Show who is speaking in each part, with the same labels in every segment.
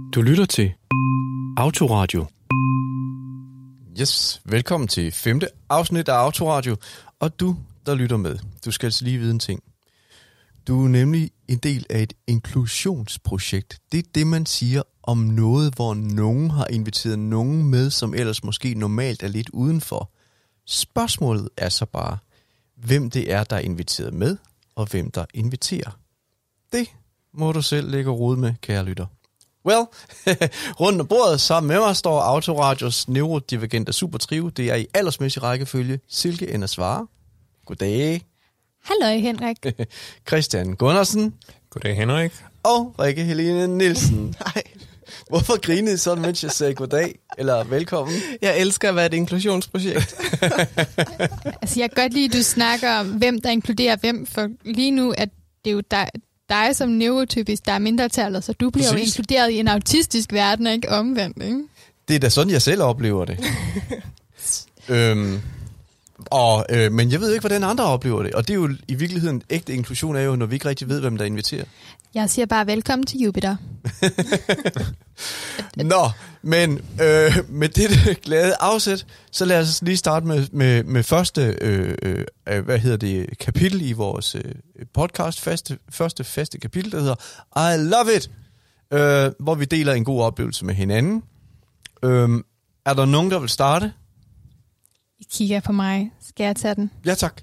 Speaker 1: Du lytter til Autoradio.
Speaker 2: Yes, velkommen til 5. afsnit af Autoradio. Og du, der lytter med, du skal altså lige vide en ting. Du er nemlig en del af et inklusionsprojekt. Det er det, man siger om noget, hvor nogen har inviteret nogen med, som ellers måske normalt er lidt udenfor. Spørgsmålet er så bare, hvem det er, der er inviteret med, og hvem der inviterer. Det må du selv lægge rod med, kære lytter. Well, rundt om bordet sammen med mig står Autoradios neurodivergente supertrio. Det er i aldersmæssig rækkefølge Silke Ender Svare. Goddag.
Speaker 3: Halløj, Henrik.
Speaker 2: Christian Gunnarsen.
Speaker 4: Goddag, Henrik.
Speaker 2: Og Rikke Helene Nielsen.
Speaker 5: Nej.
Speaker 2: Hvorfor grinede I sådan, mens jeg sagde goddag? Eller velkommen?
Speaker 5: Jeg elsker at være et inklusionsprojekt.
Speaker 3: Altså, jeg kan godt lide, at du snakker om, hvem der inkluderer hvem, for lige nu er det jo dig som neurotypisk, der er mindretallet, så du bliver jo inkluderet i en autistisk verden, og ikke omvendt, ikke?
Speaker 2: Det er da sådan, jeg selv oplever det. Men jeg ved ikke, hvordan andre oplever det. Og det er jo i virkeligheden ægte inklusion er jo, når vi ikke rigtig ved, hvem der inviterer.
Speaker 3: Jeg siger bare velkommen til Jupiter.
Speaker 2: Nå, men med dette glade afsæt, så lad os lige starte med første kapitel i vores podcast, første faste kapitel, der hedder I Love It, hvor vi deler en god oplevelse med hinanden. Er der nogen, der vil starte?
Speaker 3: I kigger på mig. Skal jeg tage den?
Speaker 2: Ja, tak.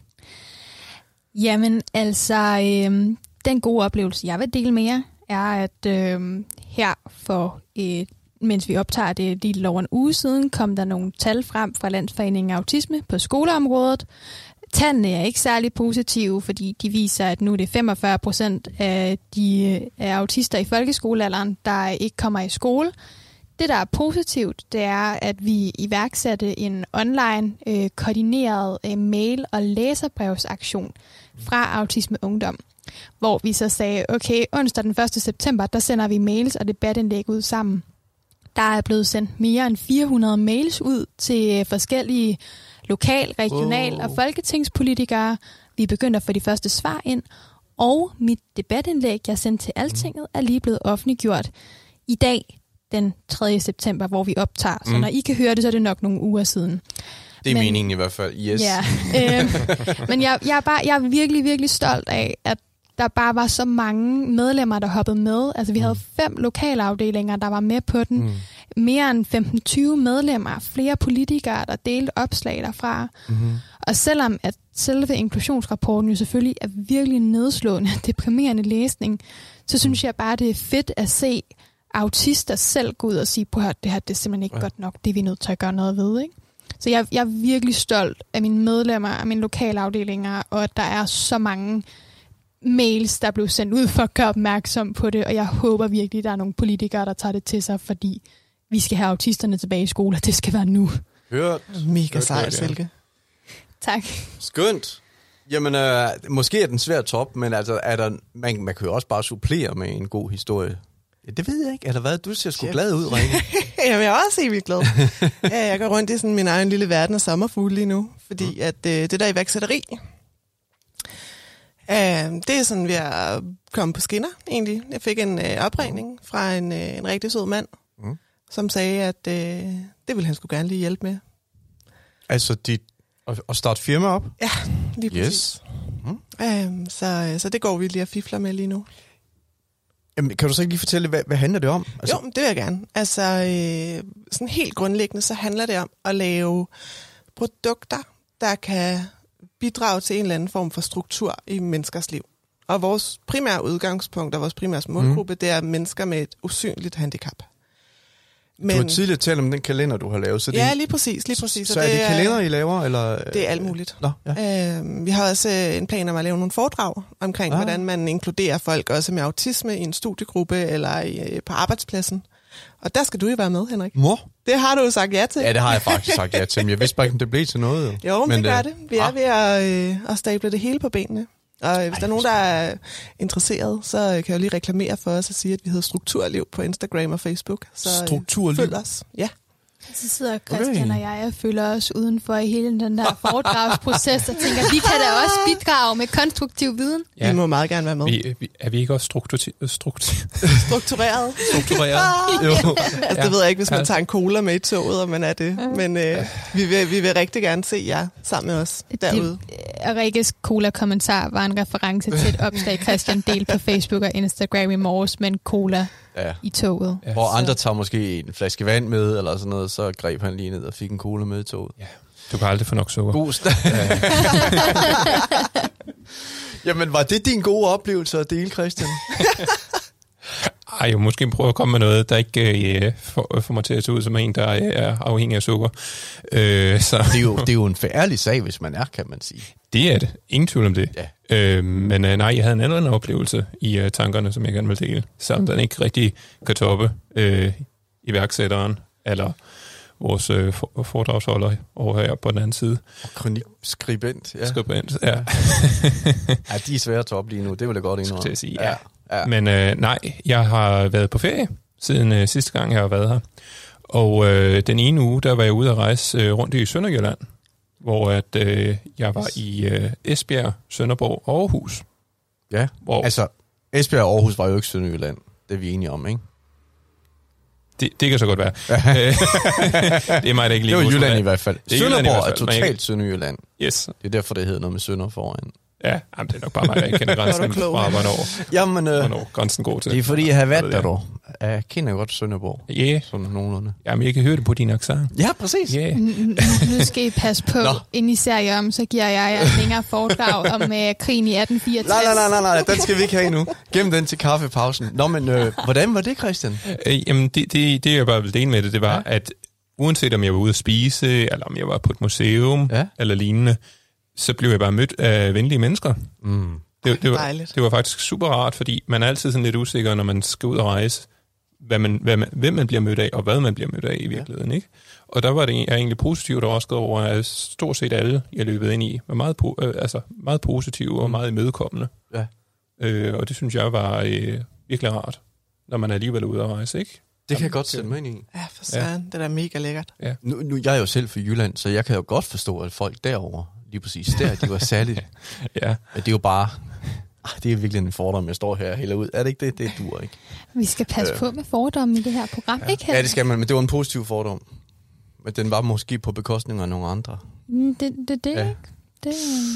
Speaker 3: Jamen, altså, den gode oplevelse, jeg vil dele med jer, er, at her for mens vi optager det lige over en uge siden, kom der nogle tal frem fra Landsforeningen Autisme på skoleområdet. Tallene er ikke særlig positive, fordi de viser, at nu er det 45% af af autister i folkeskolealderen, der ikke kommer i skole. Det, der er positivt, det er, at vi iværksatte en online koordineret mail- og læserbrevsaktion fra Autisme Ungdom, hvor vi så sagde, okay, onsdag den 1. september, der sender vi mails og debatindlæg ud sammen. Der er blevet sendt mere end 400 mails ud til forskellige lokal, regional og folketingspolitikere. Vi er begyndt at få de første svar ind, og mit debatindlæg, jeg sendte til Altinget, er lige blevet offentliggjort i dag, den 3. september, hvor vi optager. Så når I kan høre det, så er det nok nogle uger siden.
Speaker 2: Det er meningen i hvert fald, yes.
Speaker 3: Ja, men jeg er virkelig, virkelig stolt af, at der bare var så mange medlemmer, der hoppede med. Altså, vi havde 5 lokalafdelinger, der var med på den. Mere end 15-20 medlemmer, flere politikere, der delte opslag derfra. Og selvom at selve inklusionsrapporten jo selvfølgelig er virkelig nedslående, deprimerende læsning, så synes jeg bare, det er fedt at se autister selv gå ud og sige, på det her det er simpelthen ikke godt nok, det er vi nødt til at gøre noget ved, ikke? Så jeg er virkelig stolt af mine medlemmer, af mine lokalafdelinger, og at der er så mange mails, der blev sendt ud for at gøre opmærksom på det, og jeg håber virkelig, at der er nogle politikere, der tager det til sig, fordi vi skal have autisterne tilbage i skole, og det skal være nu.
Speaker 2: Hørt.
Speaker 5: Mega sejt, Silke.
Speaker 3: Tak.
Speaker 2: Skønt. Jamen, måske er den svær top, men altså, man kan jo også bare supplere med en god historie. Ja, det ved jeg ikke. Er der hvad? Du ser sgu glad ud, Rikke.
Speaker 5: Jamen, jeg er også helt vildt glad. Ja, jeg går rundt i sådan min egen lille verden af sommerfugle lige nu, fordi at det der iværksætteri, det er sådan, vi er kommet på skinner, egentlig. Jeg fik en opringning fra en rigtig sød mand, som sagde, at det ville han sgu gerne lige hjælpe med.
Speaker 2: Altså, at starte firma op?
Speaker 5: Ja, lige præcis. Yes. Så det går vi lige og fifler med lige nu.
Speaker 2: Jamen, kan du så ikke lige fortælle, hvad handler det om? Altså...
Speaker 5: Jo, det vil jeg gerne. Altså, sådan helt grundlæggende, så handler det om at lave produkter, der kan bidrage til en eller anden form for struktur i menneskers liv. Og vores primære udgangspunkt og vores primære målgruppe, det er mennesker med et usynligt handicap.
Speaker 2: Men... Du har tidligere talt om den kalender, du har lavet. Så
Speaker 5: ja, lige præcis.
Speaker 2: Så er det kalender, I laver? Eller?
Speaker 5: Det er alt muligt.
Speaker 2: Nå, ja.
Speaker 5: Vi har også en plan om at lave nogle foredrag omkring, hvordan man inkluderer folk også med autisme i en studiegruppe eller på arbejdspladsen. Og der skal du jo være med, Henrik.
Speaker 2: Mor?
Speaker 5: Det har du jo sagt ja til.
Speaker 2: Ja, det har jeg faktisk sagt ja til, men jeg vidste bare ikke, om det blev til noget.
Speaker 5: Jo, men det gør det. Vi er ved at stable det hele på benene. Og hvis der er nogen, der er interesseret, så kan jeg jo lige reklamere for os og sige, at vi hedder Strukturliv på Instagram og Facebook. Så
Speaker 2: Strukturliv?
Speaker 5: følg os. Ja.
Speaker 3: Så sidder Christian og jeg føler os udenfor i hele den der foredragsproces og tænker, vi kan da også bidrage med konstruktiv viden.
Speaker 5: Ja. Vi må meget gerne være med.
Speaker 4: Er vi ikke også struktureret?
Speaker 5: Struktureret?
Speaker 4: Jo.
Speaker 5: Altså, det ved jeg ikke, hvis man tager en cola med i toget, og man er det. Men vi vil rigtig gerne se jer sammen med os derude.
Speaker 3: Rikkes cola-kommentar var en reference til et opslag, Christian delte på Facebook og Instagram i morges med en cola i toget.
Speaker 2: Ja. Hvor andre tager måske en flaske vand med, eller sådan noget, så greb han lige ned og fik en cola med i toget.
Speaker 4: Ja. Du kan aldrig få nok sukker.
Speaker 2: God Jamen, var det din gode oplevelse at dele, Christian?
Speaker 4: Ej, jeg måske prøve at komme med noget, der ikke får mig til at se ud som en, der er afhængig af sukker. Så.
Speaker 2: Det er jo en færdig sag, hvis man er, kan man sige.
Speaker 4: Det er det. Ingen tvivl om det.
Speaker 2: Ja.
Speaker 4: Men nej, jeg havde en anden oplevelse i tankerne, som jeg gerne vil dele. Selvom den ikke rigtig kan toppe iværksætteren, eller vores foredragsholder over her på den anden side.
Speaker 2: Kronik-skribent. Ja.
Speaker 4: Skribent, ja.
Speaker 2: Ja, de er svære at toppe lige nu. Det vil jeg godt indrømme.
Speaker 4: Skal jeg sige, ja. Men nej, jeg har været på ferie siden sidste gang, jeg har været her. Og den ene uge, der var jeg ude at rejse rundt i Sønderjylland, hvor at, jeg var i Esbjerg, Sønderborg og Aarhus.
Speaker 2: Ja, altså Esbjerg og Aarhus var jo ikke Sønderjylland. Det er vi enige om, ikke?
Speaker 4: Det kan så godt være. Det er mig, der ikke lige.
Speaker 2: Det var Jylland i hvert fald. Sønderborg er totalt Sønderjylland.
Speaker 4: Yes.
Speaker 2: Det er derfor, det hedder noget med Sønder foran.
Speaker 4: Ja, jamen, det er nok bare mig, der ikke kender grænsen fra, hvornår grænsen går til.
Speaker 2: Det er fordi, jeg har været der, dog. Jeg kender godt Sønderborg.
Speaker 4: Yeah.
Speaker 2: Sådan nogenlunde.
Speaker 4: Jamen, jeg kan høre det på din accent.
Speaker 2: Ja, præcis.
Speaker 4: Yeah.
Speaker 3: Nu skal I passe på. Inden I ser om, så giver jeg et længere foredrag om krigen i 1864.
Speaker 2: Nej, den skal vi ikke have nu. Gem den til kaffepausen. Nå, men hvordan var det, Christian?
Speaker 4: Jamen, det jeg bare ville dele med det var, at uanset om jeg var ude at spise, eller om jeg var på et museum, eller lignende, så blev jeg bare mødt af venlige mennesker.
Speaker 2: Mm.
Speaker 4: Det var faktisk super rart, fordi man er altid sådan lidt usikker, når man skal ud og rejse, hvem man bliver mødt af, og hvad man bliver mødt af i virkeligheden, ikke? Og der var det jeg egentlig positivt overrasket over, at stort set alle, jeg løbet ind i, var meget positive og meget imødekommende.
Speaker 2: Ja.
Speaker 4: Og det synes jeg var virkelig rart, når man alligevel er ude at rejse, ikke?
Speaker 2: Det kan jeg godt sætte mig ind i.
Speaker 5: Ja, for søren. Det er da mega lækkert.
Speaker 4: Ja.
Speaker 2: Nu jeg er jo selv fra Jylland, så jeg kan jo godt forstå, at folk derovre, lige præcis der, de var særligt.
Speaker 4: Ja.
Speaker 2: Men det er jo bare... Det er virkelig en fordom, jeg står her og hælder ud. Er det ikke det? Det duer ikke.
Speaker 3: Vi skal passe på med fordomme i det her program, ikke?
Speaker 2: Ja, det skal man, men det var en positiv fordom. Men den var måske på bekostning af nogle andre.
Speaker 3: Det ja. Ikke. Det,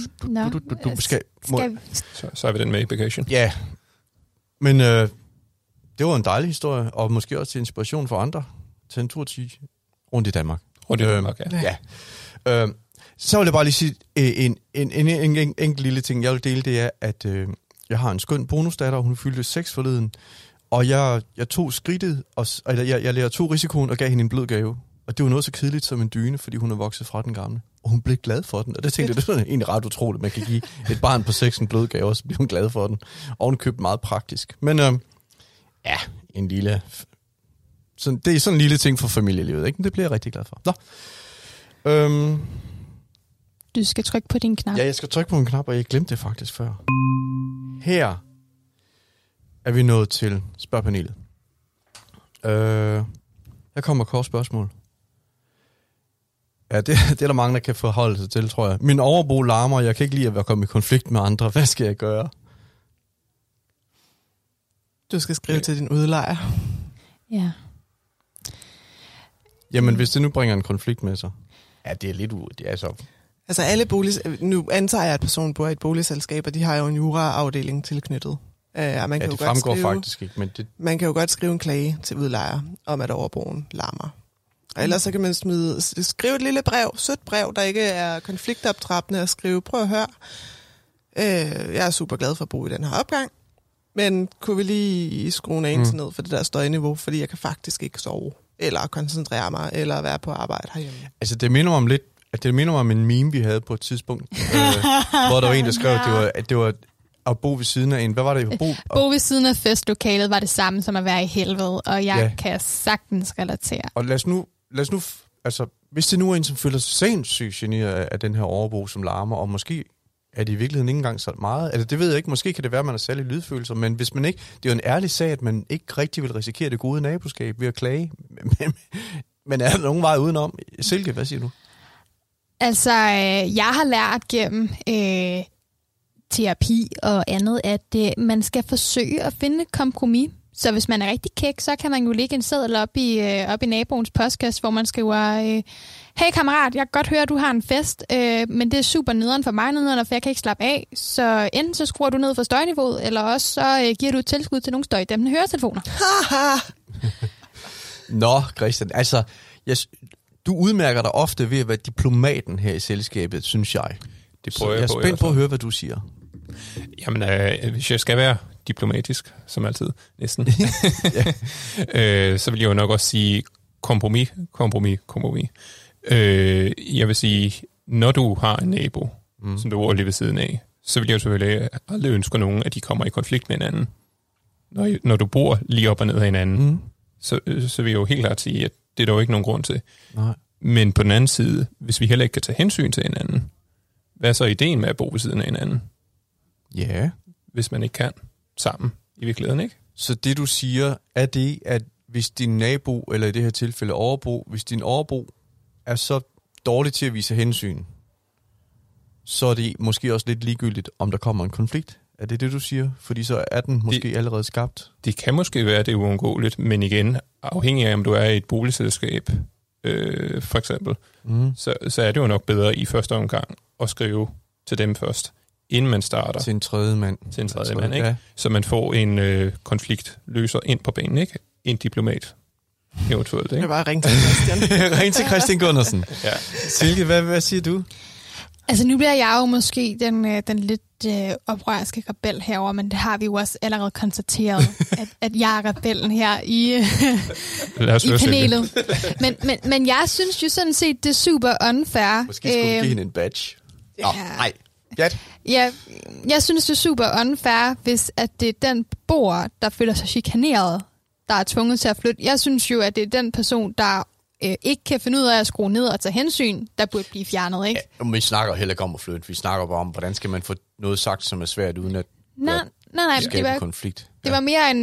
Speaker 4: så er vi den med i bagation.
Speaker 2: Ja, men det var en dejlig historie, og måske også til inspiration for andre. Til en tur til rundt i Danmark.
Speaker 4: Rundt i Danmark,
Speaker 2: ja. Så vil jeg bare lige sige en enkelt lille ting, jeg vil dele, det er, at jeg har en skøn bonusdatter, hun fyldte 6 forleden, og jeg tog skridtet, jeg tog risikoen og gav hende en blød gave. Og det var noget så kedeligt som en dyne, fordi hun er vokset fra den gamle. Og hun blev glad for den. Og det tænkte jeg, det er egentlig ret utroligt, man kan give et barn på 6 en blød gave, og så bliver hun glad for den. Og hun købte meget praktisk. Men en lille... det er sådan en lille ting for familielivet, ikke? Men det bliver jeg rigtig glad for. Nå.
Speaker 3: Du skal trykke på din knap.
Speaker 2: Ja, jeg skal trykke på en knap, og jeg glemte det faktisk før. Her er vi nået til spørgpanelet. Her kommer et kort spørgsmål. Ja, det er der mange, der kan forholde sig til, tror jeg. Min overbo larmer, og jeg kan ikke lide at være kommet i konflikt med andre. Hvad skal jeg gøre?
Speaker 5: Du skal skrive til din udlejer.
Speaker 3: Ja.
Speaker 2: Jamen, hvis det nu bringer en konflikt med sig. Ja, det er lidt
Speaker 5: Altså alle nu antager jeg, at personen bor i et boligselskab, og de har jo en juraafdeling tilknyttet. Man kan
Speaker 2: det fremgår faktisk ikke. Men
Speaker 5: man kan jo godt skrive en klage til udlejer om, at overboen larmer. Og ellers så kan man skrive et lille brev, sødt brev, der ikke er konfliktoptrappende, og skrive, prøv at høre, jeg er super glad for at bo i den her opgang, men kunne vi lige skrue en anelse ned for det der støjniveau, fordi jeg kan faktisk ikke sove, eller koncentrere mig, eller være på arbejde herhjemme.
Speaker 2: Altså det minder mig om lidt, det minder mig om en meme, vi havde på et tidspunkt, hvor der var en, der skrev, at det var at bo ved siden af en. Hvad var det?
Speaker 3: Bo ved siden af festlokalet var det samme som at være i helvede, og jeg kan sagtens relatere.
Speaker 2: Og lad os nu, altså, hvis det nu er en, som føler sig sindssygt generet af den her overbo, som larmer, og måske er det i virkeligheden ikke engang så meget. Altså, det ved jeg ikke. Måske kan det være, at man har særlig lydfølelser, men hvis man ikke... Det er jo en ærlig sag, at man ikke rigtig vil risikere det gode naboskab ved at klage. Men er der nogen vej udenom? Silke, hvad siger du?
Speaker 3: Altså, jeg har lært gennem terapi og andet, at man skal forsøge at finde et kompromis. Så hvis man er rigtig kæk, så kan man jo lægge en seddel op i naboens postkasse, hvor man skriver, hey kammerat, jeg kan godt høre, at du har en fest, men det er super nederen for mig, for jeg kan ikke slappe af. Så enten så skruer du ned for støjniveauet, eller også så giver du et tilskud til nogle støjdæmpende høretelefoner.
Speaker 2: Nå, Christian, altså, du udmærker dig ofte ved at være diplomaten her i selskabet, synes jeg.
Speaker 4: Det prøver
Speaker 2: jeg er spændt på at høre, hvad du siger.
Speaker 4: Jamen, hvis jeg skal være diplomatisk, som altid, næsten, så vil jeg jo nok også sige kompromis. Jeg vil sige, når du har en nabo, som du bor lige ved siden af, så vil jeg jo selvfølgelig aldrig ønske nogen, at de kommer i konflikt med hinanden. Når du bor lige op og ned af hinanden, så vil jeg jo helt klart sige, at det er der jo ikke nogen grund til.
Speaker 2: Nej.
Speaker 4: Men på den anden side, hvis vi heller ikke kan tage hensyn til hinanden, hvad er så ideen med at bo ved siden af hinanden?
Speaker 2: Ja.
Speaker 4: Hvis man ikke kan sammen i virkeligheden, ikke?
Speaker 2: Så det du siger, er det, at hvis din nabo, eller i det her tilfælde overbo, hvis din overbo er så dårlig til at vise hensyn, så er det måske også lidt ligegyldigt, om der kommer en konflikt. Er det det, du siger? Fordi så er den måske allerede skabt.
Speaker 4: Det kan måske være, det er uundgåeligt, men igen, afhængig af, om du er i et boligselskab, for eksempel, så er det jo nok bedre i første omgang at skrive til dem først, inden man starter.
Speaker 2: Til en tredje mand.
Speaker 4: Til en tredje mand, ikke? Ja. Så man får en konfliktløser ind på banen, ikke? En diplomat. Eventuelt, ikke?
Speaker 5: Det var ring til Christian.
Speaker 2: Ring til Christian Gundersen.
Speaker 4: Ja.
Speaker 2: Silke, hvad siger du?
Speaker 3: Altså nu bliver jeg jo måske den lidt oprørske rebel herover, men det har vi jo også allerede konstateret, at jeg er rebellen her i panelet. Men jeg synes jo sådan set, det er super unfair.
Speaker 2: Måske skulle vi give hende en badge. Nej.
Speaker 3: Ja, jeg synes, det er super unfair, hvis at det er den beboer, der føler sig chikaneret, der er tvunget til at flytte. Jeg synes jo, at det er den person, der ikke kan finde ud af at skrue ned og tage hensyn, der burde blive fjernet, ikke?
Speaker 2: Ja, vi snakker heller ikke om at flytte. Vi snakker bare om, hvordan skal man få noget sagt, som er svært, uden at skabe konflikt.
Speaker 3: Det var mere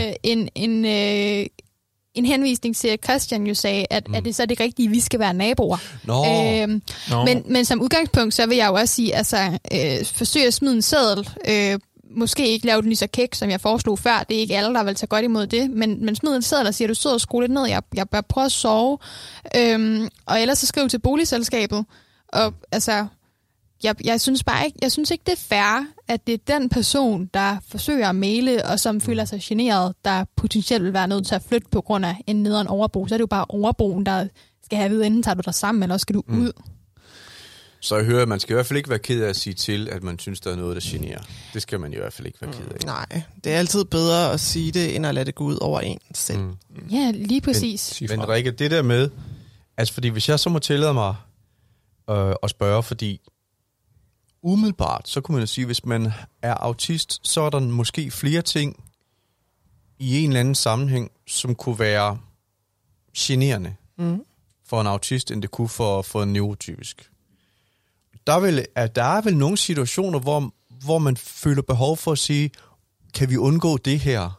Speaker 3: en henvisning til, at Christian jo sagde, at det så er det rigtige, vi skal være naboer. Men som udgangspunkt, så vil jeg jo også sige, altså, forsøg at smide en seddel, måske ikke lave den lige så kæk, som jeg foreslog før. Det er ikke alle, der vil tage godt imod det. Men smid en seddel og siger, du sidder og skruer lidt ned. Jeg bør prøve at sove. Og ellers så skriv til boligselskabet. Og altså, jeg synes bare ikke, det er fair, at det er den person, der forsøger at maile, og som føler sig generet, der potentielt vil være nødt til at flytte på grund af en nederen overbo. Så er det jo bare overboen, der skal have at vide, enten tager du dig sammen, eller skal du ud.
Speaker 2: Så jeg hører, at man skal i hvert fald ikke være ked af at sige til, at man synes, der er noget, der generer. Det skal man i hvert fald ikke være ked af.
Speaker 5: Nej, det er altid bedre at sige det, end at lade det gå ud over en selv.
Speaker 3: Ja, lige præcis.
Speaker 2: Men Rikke, det der med, altså fordi hvis jeg så må tillade mig at spørge, fordi umiddelbart, så kunne man jo sige, hvis man er autist, så er der måske flere ting i en eller anden sammenhæng, som kunne være generende for en autist, end det kunne for en neurotypisk. Der er vel nogle situationer, hvor man føler behov for at sige, kan vi undgå det her?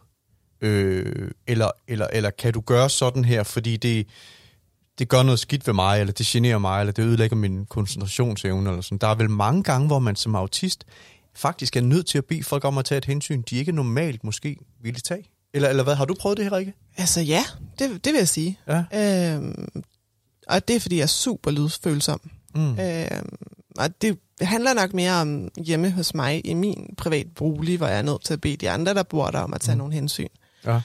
Speaker 2: Eller kan du gøre sådan her, fordi det gør noget skidt ved mig, eller det generer mig, eller det ødelægger min koncentrationsevne, eller sådan. Der er vel mange gange, hvor man som autist faktisk er nødt til at bede folk om at tage et hensyn, de ikke normalt måske ville tage. Eller hvad? Har du prøvet det her, Rikke?
Speaker 5: Altså ja, det vil jeg sige.
Speaker 2: Ja.
Speaker 5: Og det er, fordi jeg er super lydfølsom. Og det handler nok mere om hjemme hos mig i min privat bolig, hvor jeg er nødt til at bede de andre, der bor der, om at tage nogle hensyn.
Speaker 2: Ja.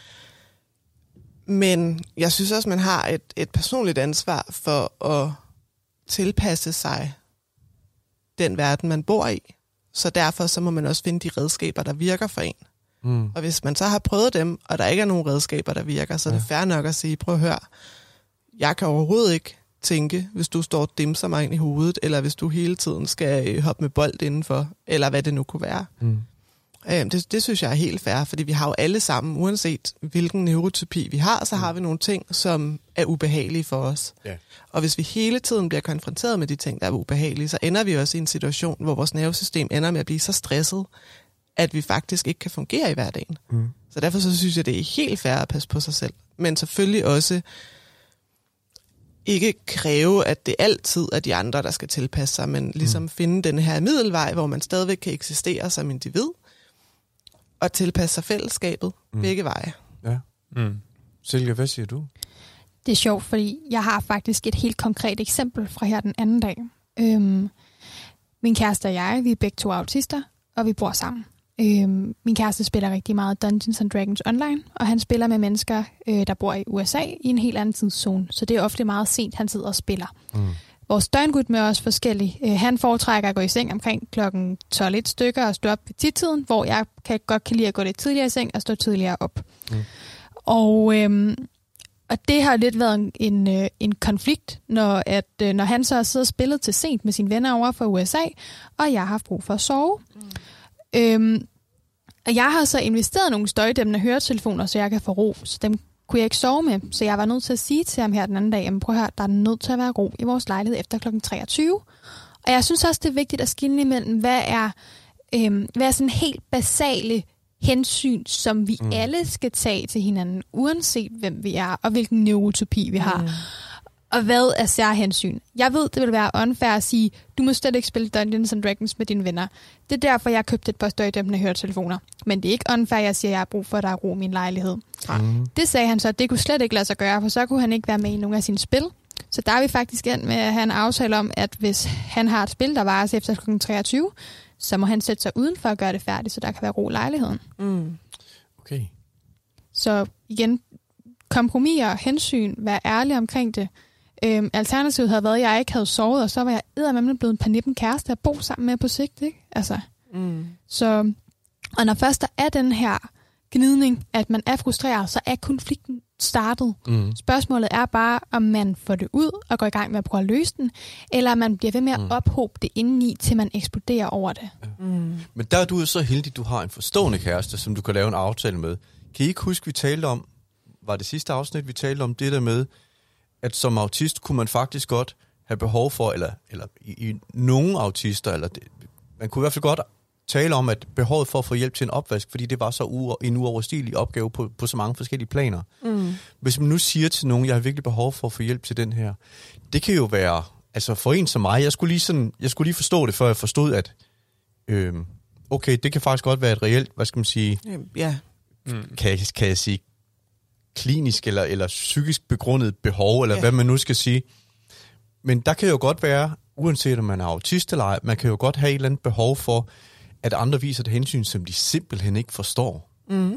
Speaker 5: Men jeg synes også, man har et personligt ansvar for at tilpasse sig den verden, man bor i. Så derfor så må man også finde de redskaber, der virker for en. Og hvis man så har prøvet dem, og der ikke er nogen redskaber, der virker, så er det fair nok at sige, prøv at høre, jeg kan overhovedet ikke tænke, hvis du står og dimser mig ind i hovedet, eller hvis du hele tiden skal hoppe med bold indenfor, eller hvad det nu kunne være. Det synes jeg er helt fair, fordi vi har jo alle sammen, uanset hvilken neurotypi vi har, så har vi nogle ting, som er ubehagelige for os.
Speaker 2: Yeah.
Speaker 5: Og hvis vi hele tiden bliver konfronteret med de ting, der er ubehagelige, så ender vi også i en situation, hvor vores nervesystem ender med at blive så stresset, at vi faktisk ikke kan fungere i hverdagen. Så derfor så synes jeg, det er helt fair at passe på sig selv. Men selvfølgelig også ikke kræve, at det altid er de andre, der skal tilpasse sig, men ligesom finde den her middelvej, hvor man stadigvæk kan eksistere som individ, og tilpasse sig fællesskabet begge veje.
Speaker 2: Ja. Silke, hvad siger du?
Speaker 3: Det er sjovt, fordi jeg har faktisk et helt konkret eksempel fra her den anden dag. Min kæreste og jeg, vi er begge to autister, og vi bor sammen. Min kæreste spiller rigtig meget Dungeons & Dragons online, og han spiller med mennesker, der bor i USA i en helt anden tidszone. Så det er ofte meget sent, han sidder og spiller. Vores døgnrytme er også forskellig. Han foretrækker at gå i seng omkring klokken 12 stykker og stå op ved tidtiden, hvor jeg godt kan lide at gå lidt tidligere i seng og stå tidligere op. Og det har lidt været en konflikt, når han så sidder og spillet til sent med sine venner over fra USA, og jeg har haft brug for at sove. Og jeg har så investeret nogle støjdæmpende høretelefoner, så jeg kan få ro, så dem kunne jeg ikke sove med. Så jeg var nødt til at sige til ham her den anden dag, jamen prøv at høre, der er nødt til at være ro i vores lejlighed efter kl. 23. Og jeg synes også, det er vigtigt at skille imellem, hvad er sådan helt basale hensyn, som vi alle skal tage til hinanden, uanset hvem vi er, og hvilken neurotopi vi har. Og hvad er særhensyn? Jeg ved, det vil være unfair at sige, du må slet ikke spille Dungeons & Dragons med dine venner. Det er derfor, jeg købte et par støjdæmpende høretelefoner. Men det er ikke unfair, jeg siger, at jeg har brug for, at der er ro i min lejlighed. Det sagde han så, at det kunne slet ikke lade sig gøre, for så kunne han ikke være med i nogle af sine spil. Så der er vi faktisk endt med at have en aftale om, at hvis han har et spil, der varer efter kl. 23, så må han sætte sig uden for at gøre det færdigt, så der kan være ro i lejligheden.
Speaker 2: Okay.
Speaker 3: Så igen, kompromis og hensyn, vær ærlig omkring det. Alternativet havde været, at jeg ikke havde sovet, og så var jeg eddermame blevet en panippen kæreste at bo sammen med på sigt, ikke? Altså. Så, og når først der er den her gnidning, at man er frustreret, så er konflikten startet. Spørgsmålet er bare, om man får det ud og går i gang med at prøve at løse den, eller man bliver ved med at ophobe det indeni, til man eksploderer over det.
Speaker 2: Men der er du jo så heldig, du har en forstående kæreste, som du kan lave en aftale med. Kan I ikke huske, vi talte om, var det sidste afsnit, vi talte om det der med, at som autist kunne man faktisk godt have behov for, eller i nogle autister, eller det, man kunne i hvert fald godt tale om, at behovet for at få hjælp til en opvask, fordi det var så en uoverstigelig opgave på så mange forskellige planer. Hvis man nu siger til nogen, jeg har virkelig behov for at få hjælp til den her, det kan jo være, altså for en som mig, jeg skulle lige forstå det, før jeg forstod, at okay, det kan faktisk godt være et reelt, hvad skal man sige, kan jeg sige, klinisk eller psykisk begrundet behov, eller hvad man nu skal sige. Men der kan jo godt være, uanset om man er autist eller ej, man kan jo godt have et eller andet behov for, at andre viser et hensyn, som de simpelthen ikke forstår.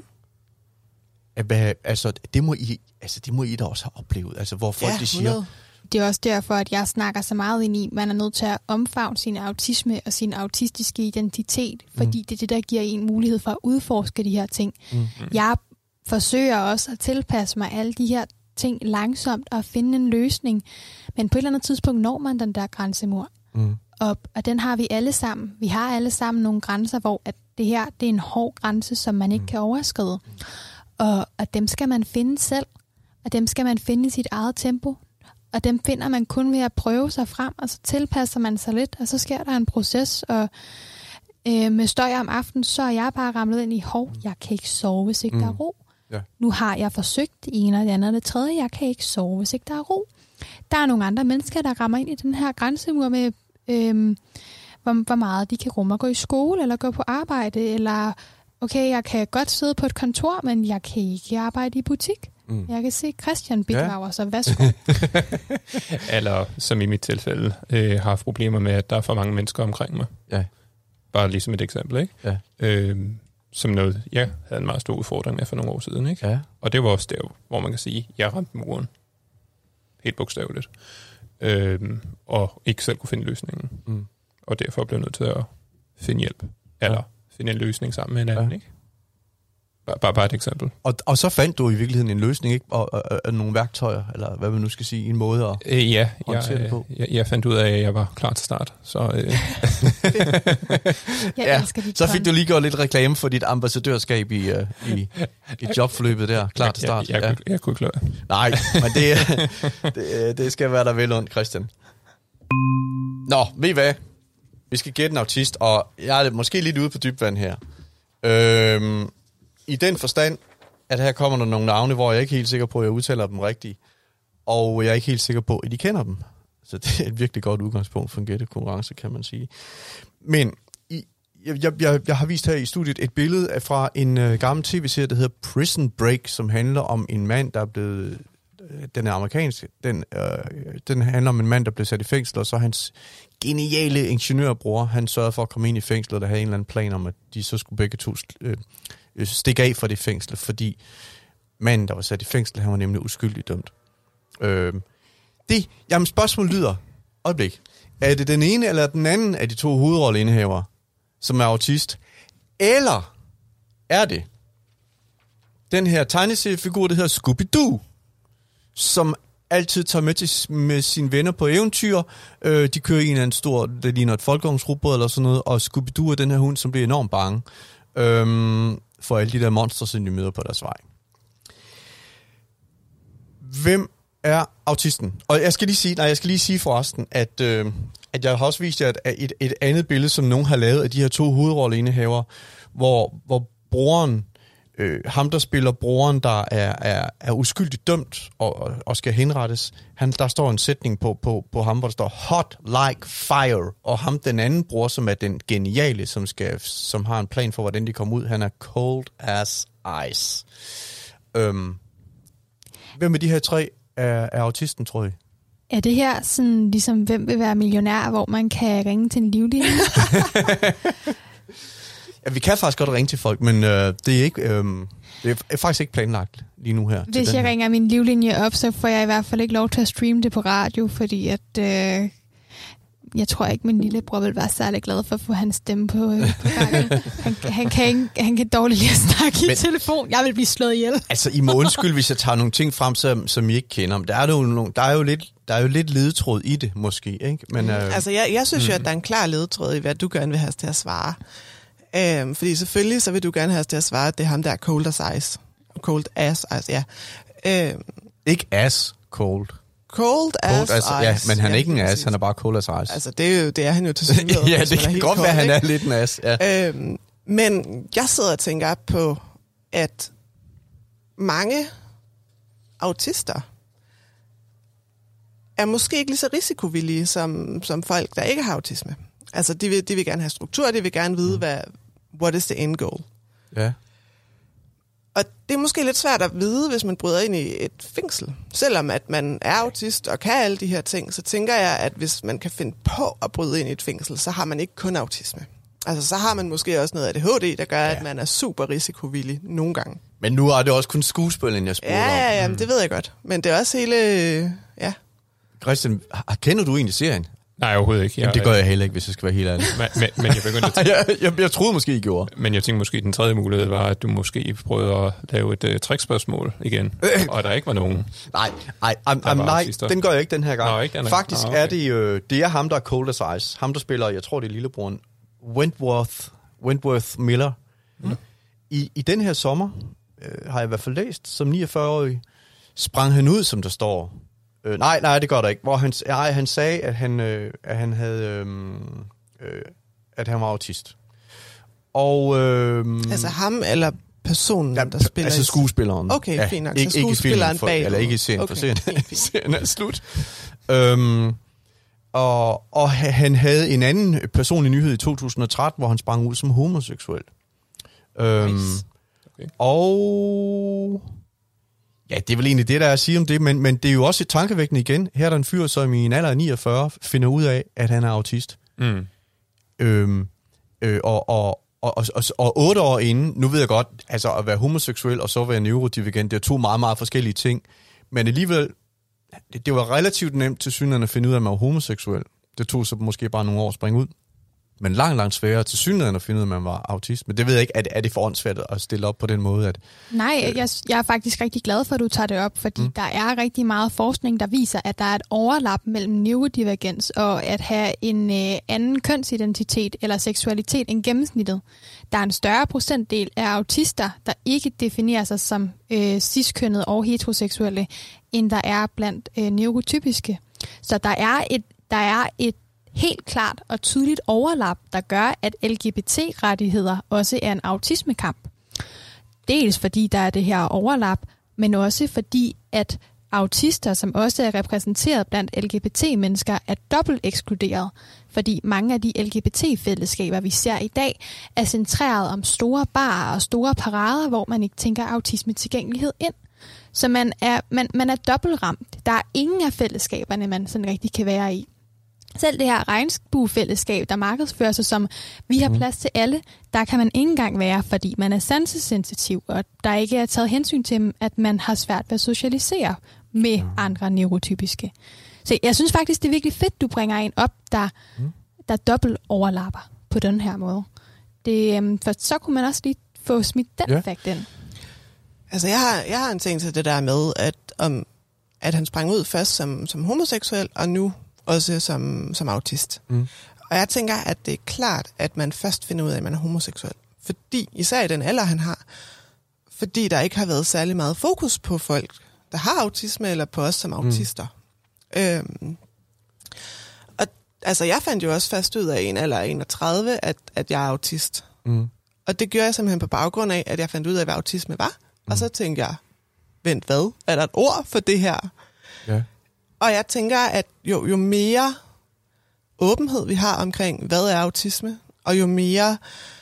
Speaker 2: Det må I da også have oplevet. Altså, hvor folk de siger...
Speaker 3: Det er også derfor, at jeg snakker så meget ind i, man er nødt til at omfavne sin autisme og sin autistiske identitet, fordi det er det, der giver en mulighed for at udforske de her ting. Jeg forsøger også at tilpasse mig alle de her ting langsomt og finde en løsning. Men på et eller andet tidspunkt når man den der grænsemur. Og den har vi alle sammen. Vi har alle sammen nogle grænser, hvor at det her det er en hård grænse, som man ikke kan overskride. Og dem skal man finde selv. Og dem skal man finde i sit eget tempo. Og dem finder man kun ved at prøve sig frem, og så tilpasser man sig lidt, og så sker der en proces. Og med støj om aftenen, så er jeg bare ramlet ind i, jeg kan ikke sove, hvis ikke der er ro.
Speaker 2: Ja.
Speaker 3: Nu har jeg forsøgt det ene og det andet og det tredje, jeg kan ikke sove, hvis ikke der er ro. Der er nogle andre mennesker, der rammer ind i den her grænsemur med, hvor meget de kan rumme at gå i skole, eller gå på arbejde, eller okay, jeg kan godt sidde på et kontor, men jeg kan ikke arbejde i butik. Jeg kan se Christian bidrager, så værsgo.
Speaker 4: Eller som i mit tilfælde, har haft problemer med, at der er for mange mennesker omkring mig.
Speaker 2: Ja.
Speaker 4: Bare ligesom et eksempel, ikke?
Speaker 2: Ja.
Speaker 4: Som noget, jeg havde en meget stor udfordring med for nogle år siden, ikke?
Speaker 2: Ja.
Speaker 4: Og det var også der, hvor man kan sige, jeg ramte muren. Helt bogstaveligt. Og ikke selv kunne finde løsningen. Og derfor blev jeg nødt til at finde hjælp. Eller finde en løsning sammen med en anden, ikke? Bare et eksempel.
Speaker 2: Og så fandt du i virkeligheden en løsning, ikke? Og nogle værktøjer, eller hvad man nu skal sige, en måde at håndtere det på.
Speaker 4: Jeg fandt ud af, at jeg var klar til start. Så,
Speaker 2: så fik du lige gjort lidt reklame for dit ambassadørskab i jobforløbet der. Klar til start.
Speaker 4: Jeg kunne ikke klare det.
Speaker 2: Nej, men det skal være der vel ondt, Christian. Nå, ved I hvad? Vi skal gætte en autist, og jeg er måske lidt ude på dybvand her. I den forstand, at her kommer der nogle navne, hvor jeg ikke er helt sikker på, at jeg udtaler dem rigtigt. og jeg er ikke helt sikker på, at de kender dem. Så det er et virkelig godt udgangspunkt for en gættekonkurrence, kan man sige. Men jeg har vist her i studiet et billede fra en gammel tv-serie, der hedder Prison Break, som handler om en mand, der er blevet... Den er amerikansk. Den handler om en mand, der blev sat i fængsel, og så hans geniale ingeniørbror, han sørgede for at komme ind i fængslet, og der havde en eller anden plan om, at de så skulle begge to stikke af fra det fængsel, fordi manden, der var sat i fængsel, han var nemlig uskyldigt dømt. Jamen spørgsmålet lyder, øjeblik, er det den ene eller den anden af de to hovedrolleindehavere, som er autist, eller er det den her tegneseriefigur, der hedder Scooby-Doo, som altid tager med sine venner på eventyr. De kører i en eller anden stor, det ligner et folkevognsrobot eller sådan noget, og Scooby-Doo er den her hund, som bliver enormt bange for alle de der monstre, som de møder på deres vej. Hvem er autisten? Og jeg skal lige sige forresten, at jeg har også vist jer et andet billede, som nogen har lavet af de her to hovedrolleindehavere, hvor broren, ham der spiller broren, der er uskyldigt dømt og skal henrettes, der står en sætning på ham, hvor der står hot like fire, og ham den anden bror, som er den geniale, som har en plan for, hvordan de kommer ud, han er cold as ice. Hvem af de her tre er autisten, tror jeg?
Speaker 3: Er det her sådan ligesom, hvem vil være millionær, hvor man kan ringe til en livlinje?
Speaker 2: Ja, vi kan faktisk godt ringe til folk, men det er ikke, det er faktisk ikke planlagt lige nu her.
Speaker 3: Hvis jeg ringer min livlinje op, så får jeg i hvert fald ikke lov til at streame det på radio, fordi at jeg tror ikke, min lillebror vil være særlig glad for at få hans stemme på radio. Han kan dårligt lide at snakke i telefon. Jeg vil blive slået ihjel.
Speaker 2: Altså, I må undskylde, hvis jeg tager nogle ting frem, som I ikke kender. Der er jo lidt ledetråd i det, måske. Ikke? Men,
Speaker 5: altså, jeg synes jo, at der er en klar ledetråd i, hvad du gerne vil have til at svare. Fordi selvfølgelig, så vil du gerne have os til at svare, at det er ham, der er cold as ice. Cold as ice, ja.
Speaker 2: Ikke as cold.
Speaker 5: Cold as ice.
Speaker 2: Ja, men han er ikke en as, han er bare cold as ice.
Speaker 5: Altså, det er han jo til synligheden.
Speaker 2: Ja, det kan godt være, at han er lidt en as. Ja.
Speaker 5: Men jeg sidder og tænker på, at mange autister er måske ikke lige så risikovillige som folk, der ikke har autisme. Altså, de vil gerne have struktur, de vil gerne vide, what is the end goal.
Speaker 2: Ja.
Speaker 5: Og det er måske lidt svært at vide, hvis man bryder ind i et fængsel. Selvom at man er autist og kan alle de her ting, så tænker jeg, at hvis man kan finde på at bryde ind i et fængsel, så har man ikke kun autisme. Altså, så har man måske også noget ADHD, der gør, at man er super risikovillig nogle gange.
Speaker 2: Men nu er det også kun skuespillen, jeg spurgte om.
Speaker 5: Ja, det ved jeg godt. Men det er også hele... Ja.
Speaker 2: Christian, kender du egentlig serien?
Speaker 4: Nej, overhovedet ikke.
Speaker 2: Jamen, det gør jeg heller ikke, hvis jeg skal være helt ærlig.
Speaker 4: Men jeg begyndte at
Speaker 2: jeg troede måske, I gjorde.
Speaker 4: Men jeg tænkte måske, den tredje mulighed var, at du måske prøvede at lave et trickspørgsmål igen, og der ikke var nogen.
Speaker 2: Nej, den gør jeg ikke den her gang.
Speaker 4: Nå, ikke den her.
Speaker 2: Faktisk er det er ham, der er cold as ice. Ham, der spiller, jeg tror, det er lillebroren, Wentworth Miller. Mm. I den her sommer, har jeg i hvert fald læst, som 49-årig, sprang han ud, som der står. Nej, det gør der ikke. Hvor han sagde, at han havde, at han var autist. Og
Speaker 5: altså ham eller personen, der spiller?
Speaker 2: Altså skuespilleren.
Speaker 5: Okay, ja, fint nok.
Speaker 2: Så skuespilleren bag. Eller ikke i serien, for serien er slut. Og han havde en anden personlig nyhed i 2013, hvor han sprang ud som homoseksuel.
Speaker 5: Nice.
Speaker 2: Okay. Og... Ja, det er vel egentlig det, der er at sige om det, men det er jo også et tankevækkende igen. Her er der en fyr, som i en alder af 49 finder ud af, at han er autist. Mm. Og 8 år inden, nu ved jeg godt, altså at være homoseksuel og så være neurodivergent, det er to meget, meget forskellige ting. Men alligevel, det var relativt nemt til synligheden at finde ud af, at man var homoseksuel. Det tog så måske bare nogle år at springe ud. Men langt sværere til synligheden at finde ud af, at man var autist. Men det ved jeg ikke, er det for åndssvagt at stille op på den måde? At,
Speaker 3: Nej, jeg er faktisk rigtig glad for, at du tager det op, fordi der er rigtig meget forskning, der viser, at der er et overlap mellem neurodivergens og at have en anden kønsidentitet eller seksualitet end gennemsnittet. Der er en større procentdel af autister, der ikke definerer sig som ciskønnede og heteroseksuelle, end der er blandt neurotypiske. Så der er et helt klart og tydeligt overlap, der gør, at LGBT-rettigheder også er en autismekamp. Dels fordi der er det her overlap, men også fordi, at autister, som også er repræsenteret blandt LGBT-mennesker, er dobbelt ekskluderet, fordi mange af de LGBT-fællesskaber, vi ser i dag, er centreret om store barer og store parader, hvor man ikke tænker autisme-tilgængelighed ind. Så man er dobbelt ramt. Der er ingen af fællesskaberne, man sådan rigtig kan være i. Selv det her regnbuefællesskab, der markedsfører sig som, vi har plads til alle, der kan man ikke engang være, fordi man er sansesensitiv, og der ikke er taget hensyn til, at man har svært ved at socialisere med andre neurotypiske. Så jeg synes faktisk, det er virkelig fedt, du bringer en op, der dobbelt overlapper på den her måde. For så kunne man også lige få smidt den fakt ind. Altså,
Speaker 5: jeg har en ting til det der med, at han sprang ud først som homoseksuel, og nu også som autist. Og jeg tænker, at det er klart, at man først finder ud af, at man er homoseksuel. Fordi, især i den alder, han har, fordi der ikke har været særlig meget fokus på folk, der har autisme, eller på os som autister. Og altså, jeg fandt jo også først ud af en alder 31, at jeg er autist. Og det gjorde jeg simpelthen på baggrund af, at jeg fandt ud af, hvad autisme var. Og så tænkte jeg, vent hvad? Er der et ord for det her? Ja. Og jeg tænker, at jo mere åbenhed vi har omkring, hvad er autisme, og jo mere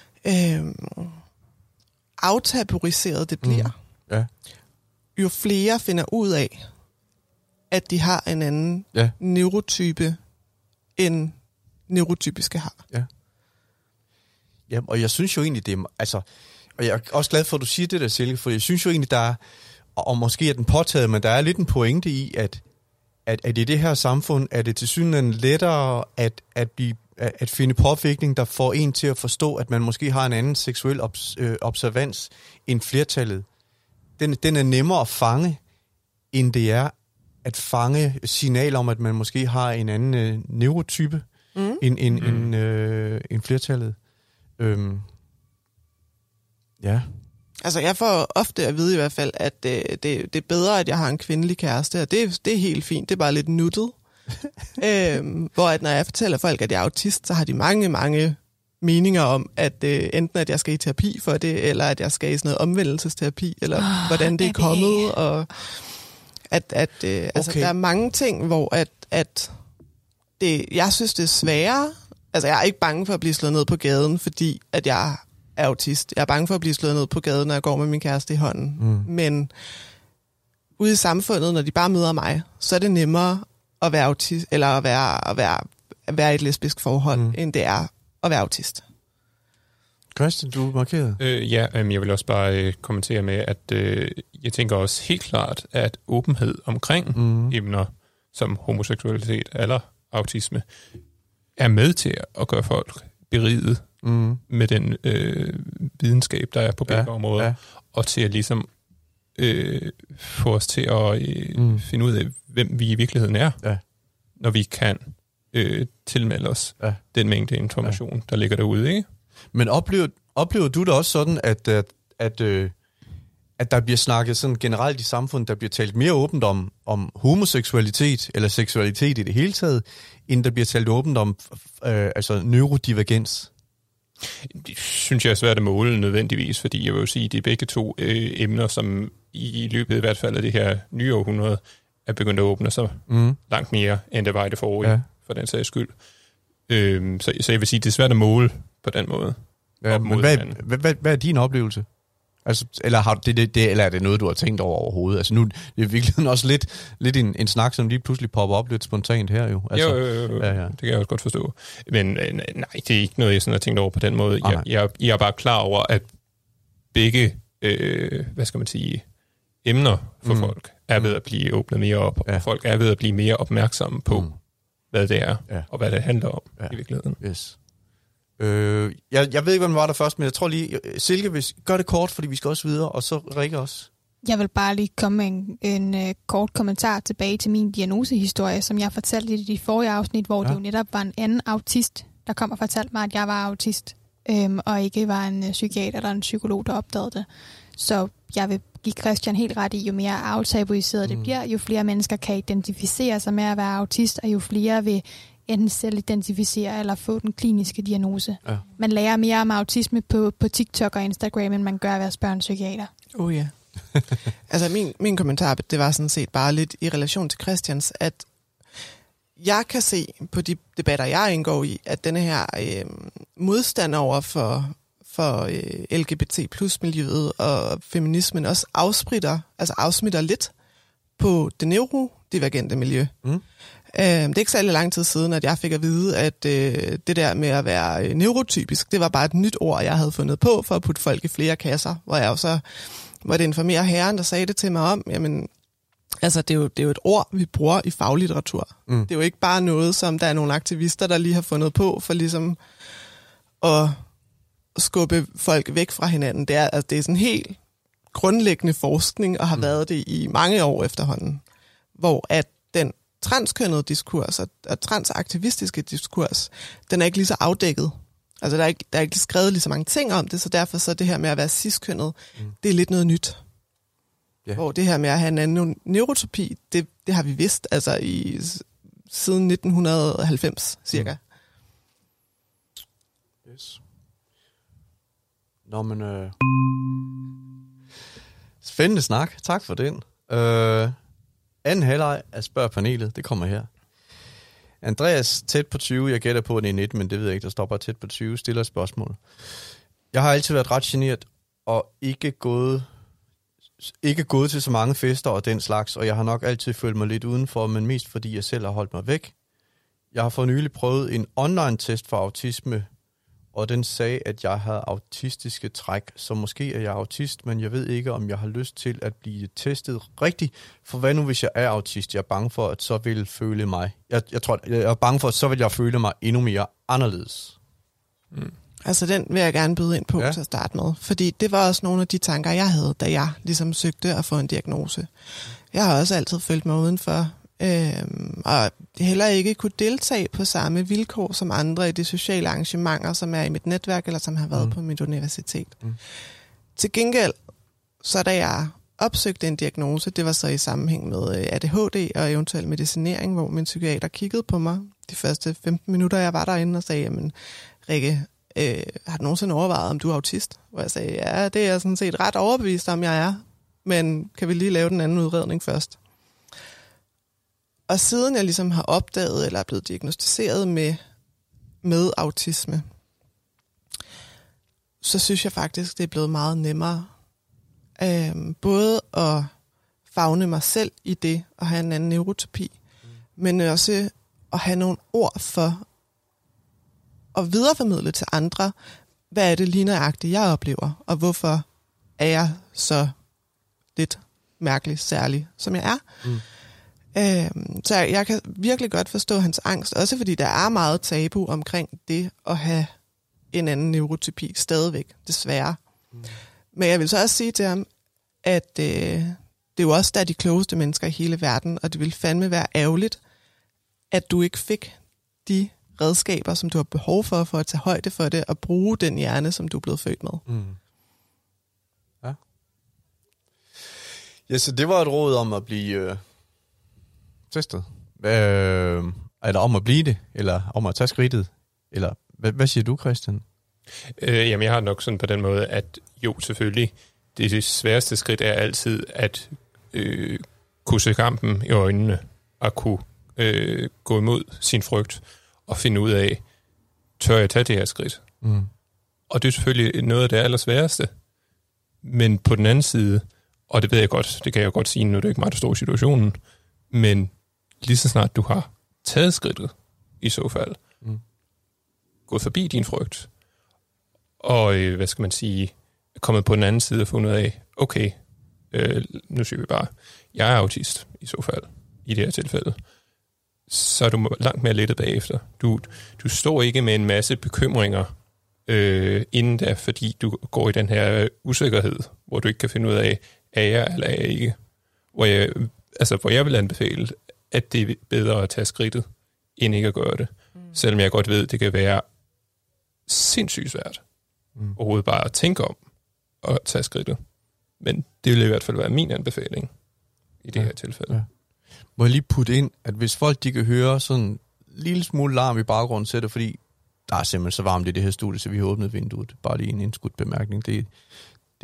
Speaker 5: aftabuiseret det bliver, jo flere finder ud af, at de har en anden neurotype, end neurotypiske har.
Speaker 2: Ja. Ja, og jeg synes jo egentlig, det er... Altså, og jeg er også glad for, at du siger det der, Silke, for jeg synes jo egentlig, der er... Og måske er den påtaget, men der er lidt en pointe i, at i det her samfund er det tilsyneladende lettere at finde påvirkning, der får en til at forstå, at man måske har en anden seksuel observans end flertallet. Den er nemmere at fange, end det er at fange signaler om, at man måske har en anden neurotype end flertallet. Ja.
Speaker 5: Altså, jeg får ofte at vide i hvert fald, at det er bedre, at jeg har en kvindelig kæreste, og det er helt fint. Det er bare lidt nuttet. Hvor at når jeg fortæller folk, at jeg er autist, så har de mange meninger om, at enten at jeg skal i terapi for det, eller at jeg skal i sådan noget omvendelsesterapi, eller hvordan det er kommet, og altså, der er mange ting, hvor at jeg synes, det er sværere. Altså, jeg er ikke bange for at blive slået ned på gaden, fordi at jeg er autist. Jeg er bange for at blive slået ned på gaden, når jeg går med min kæreste i hånden. Men ude i samfundet, når de bare møder mig, så er det nemmere at være autist, eller at være i et lesbisk forhold, end det er at være autist.
Speaker 2: Christian, du er markeret.
Speaker 4: Jeg vil også bare kommentere med, at jeg tænker også helt klart, at åbenhed omkring emner som homoseksualitet eller autisme er med til at gøre folk beriget med den videnskab, der er på begge områder, og til at ligesom få os til at finde ud af, hvem vi i virkeligheden er, når vi kan tilmelde os den mængde information, der ligger derude, ikke?
Speaker 2: Men oplever du det også sådan, at der bliver snakket sådan generelt i samfundet, der bliver talt mere åbent om homoseksualitet, eller seksualitet i det hele taget, end der bliver talt åbent om neurodivergens?
Speaker 4: Det synes jeg er svært at måle nødvendigvis, fordi jeg vil jo sige, at det er begge to emner, som i løbet i hvert fald af det her nye århundrede er begyndt at åbne sig langt mere, end det var i det forrige, for den sags skyld. Så jeg vil sige, at det er svært at måle på den måde.
Speaker 2: Ja, men hvad er din oplevelse? Altså, eller er det noget, du har tænkt over overhovedet? Altså nu det er virkelig også lidt en snak, som lige pludselig popper op lidt spontant her jo. Altså,
Speaker 4: jo. Ja. Det kan jeg også godt forstå. Men nej, det er ikke noget, jeg sådan har tænkt over på den måde. Jeg er bare klar over, at begge, emner for folk er ved at blive åbnet mere op, og folk er ved at blive mere opmærksomme på, hvad det er, og hvad det handler om i virkeligheden.
Speaker 2: Yes. Jeg ved ikke, hvem var der først, men jeg tror lige, Silke, gør det kort, fordi vi skal også videre, og så Rikke også.
Speaker 3: Jeg vil bare lige komme med en kort kommentar tilbage til min diagnosehistorie, som jeg fortalte i de forrige afsnit, hvor det jo netop var en anden autist, der kom og fortalte mig, at jeg var autist, og ikke var en psykiater eller en psykolog, der opdagede det. Så jeg vil give Christian helt ret i, jo mere aftabuiseret det bliver, jo flere mennesker kan identificere sig med at være autist, og jo flere vil enten selv identificere eller få den kliniske diagnose. Ja. Man lærer mere om autisme på TikTok og Instagram, end man gør ved at spørge en psykiater.
Speaker 5: Ja. Altså min kommentar, det var sådan set bare lidt i relation til Christians, at jeg kan se på de debatter, jeg indgår i, at denne her modstand over for LGBT plus miljøet og feminismen også afsmitter lidt på det neurodivergente miljø. Det er ikke særlig lang tid siden, at jeg fik at vide, at det der med at være neurotypisk, det var bare et nyt ord, jeg havde fundet på for at putte folk i flere kasser, hvor jeg også var det informerer herren, der sagde det til mig om, jamen, altså det er jo et ord, vi bruger i faglitteratur. Det er jo ikke bare noget, som der er nogle aktivister, der lige har fundet på for ligesom at skubbe folk væk fra hinanden. Det er sådan helt grundlæggende forskning, og har været det i mange år efterhånden, hvor at den transkønnede diskurs og transaktivistiske diskurs, den er ikke lige så afdækket. Altså der er ikke skrevet lige så mange ting om det, så derfor så det her med at være ciskønnet, det er lidt noget nyt. Yeah. Hvor det her med at have en anden neurotopi, det har vi vidst altså siden 1990 cirka.
Speaker 2: Yes. Nå, men spændende snak. Tak for den. Anden halvleg af spørgpanelet, det kommer her. Andreas, tæt på 20, jeg gætter på, at det er 19, men det ved jeg ikke, der står bare tæt på 20, stiller et spørgsmål. Jeg har altid været ret genert og ikke gået til så mange fester og den slags, og jeg har nok altid følt mig lidt udenfor, men mest fordi jeg selv har holdt mig væk. Jeg har for nylig prøvet en online-test for autisme, og den sagde, at jeg havde autistiske træk, så måske er jeg autist, men jeg ved ikke, om jeg har lyst til at blive testet rigtigt. For hvad nu, hvis jeg er autist? Jeg er bange for, at så vil føle mig. Jeg er bange for, at så vil jeg føle mig endnu mere anderledes.
Speaker 5: Altså den vil jeg gerne byde ind på til at starte med, fordi det var også nogle af de tanker, jeg havde, da jeg ligesom søgte at få en diagnose. Jeg har også altid følt mig udenfor, og heller ikke kunne deltage på samme vilkår som andre i de sociale arrangementer, som er i mit netværk, eller som har været på mit universitet. Til gengæld, så da jeg opsøgte en diagnose, det var så i sammenhæng med ADHD og eventuel medicinering, hvor min psykiater kiggede på mig de første 15 minutter, jeg var derinde og sagde, jamen Rikke, har du nogensinde overvejet, om du er autist? Hvor jeg sagde, ja, det er jeg sådan set ret overbevist om, jeg er, men kan vi lige lave den anden udredning først? Og siden jeg ligesom har opdaget, eller er blevet diagnosticeret med autisme, så synes jeg faktisk, det er blevet meget nemmere. Både at favne mig selv i det, at have en anden neurotopi, men også at have nogle ord for at videreformidle til andre, hvad er det lige nøjagtigt, jeg oplever, og hvorfor er jeg så lidt mærkelig, særlig, som jeg er. Så jeg kan virkelig godt forstå hans angst, også fordi der er meget tabu omkring det at have en anden neurotypi stadigvæk, desværre. Men jeg vil så også sige til ham, at det er jo også der er de klogeste mennesker i hele verden, og det vil fandme være ærgerligt, at du ikke fik de redskaber, som du har behov for at tage højde for det, og bruge den hjerne, som du er blevet født med.
Speaker 2: Ja. Ja, så det var et råd om at blive testet. Er der om at blive det, eller om at tage skridtet? Eller hvad siger du, Christian?
Speaker 4: Jamen, jeg har nok sådan på den måde, at jo, selvfølgelig, det sværeste skridt er altid at kunne se kampen i øjnene, og kunne gå imod sin frygt, og finde ud af, tør jeg tage det her skridt? Og det er selvfølgelig noget af det allersværeste. Men på den anden side, og det ved jeg godt, det kan jeg godt sige, nu er det ikke mig, der står i situationen, men lige så snart du har taget skridtet, i så fald, gået forbi din frygt, og hvad skal man sige, kommet på den anden side og fundet ud af, okay, nu siger vi bare, jeg er autist, i så fald, i det her tilfælde, så er du langt mere lettet bagefter. Du står ikke med en masse bekymringer inden da, fordi du går i den her usikkerhed, hvor du ikke kan finde ud af, er jeg eller er jeg ikke. Hvor jeg vil anbefale, at det er bedre at tage skridtet, end ikke at gøre det. Selvom jeg godt ved, det kan være sindssygt svært overhovedet bare at tænke om at tage skridtet. Men det vil i hvert fald være min anbefaling i det her tilfælde. Ja.
Speaker 2: Må jeg lige putte ind, at hvis folk de kan høre sådan en lille smule larm i baggrunden, så er det fordi, der er simpelthen så varmt i det her studie, så vi har åbnet vinduet. Bare lige en indskudt bemærkning. Det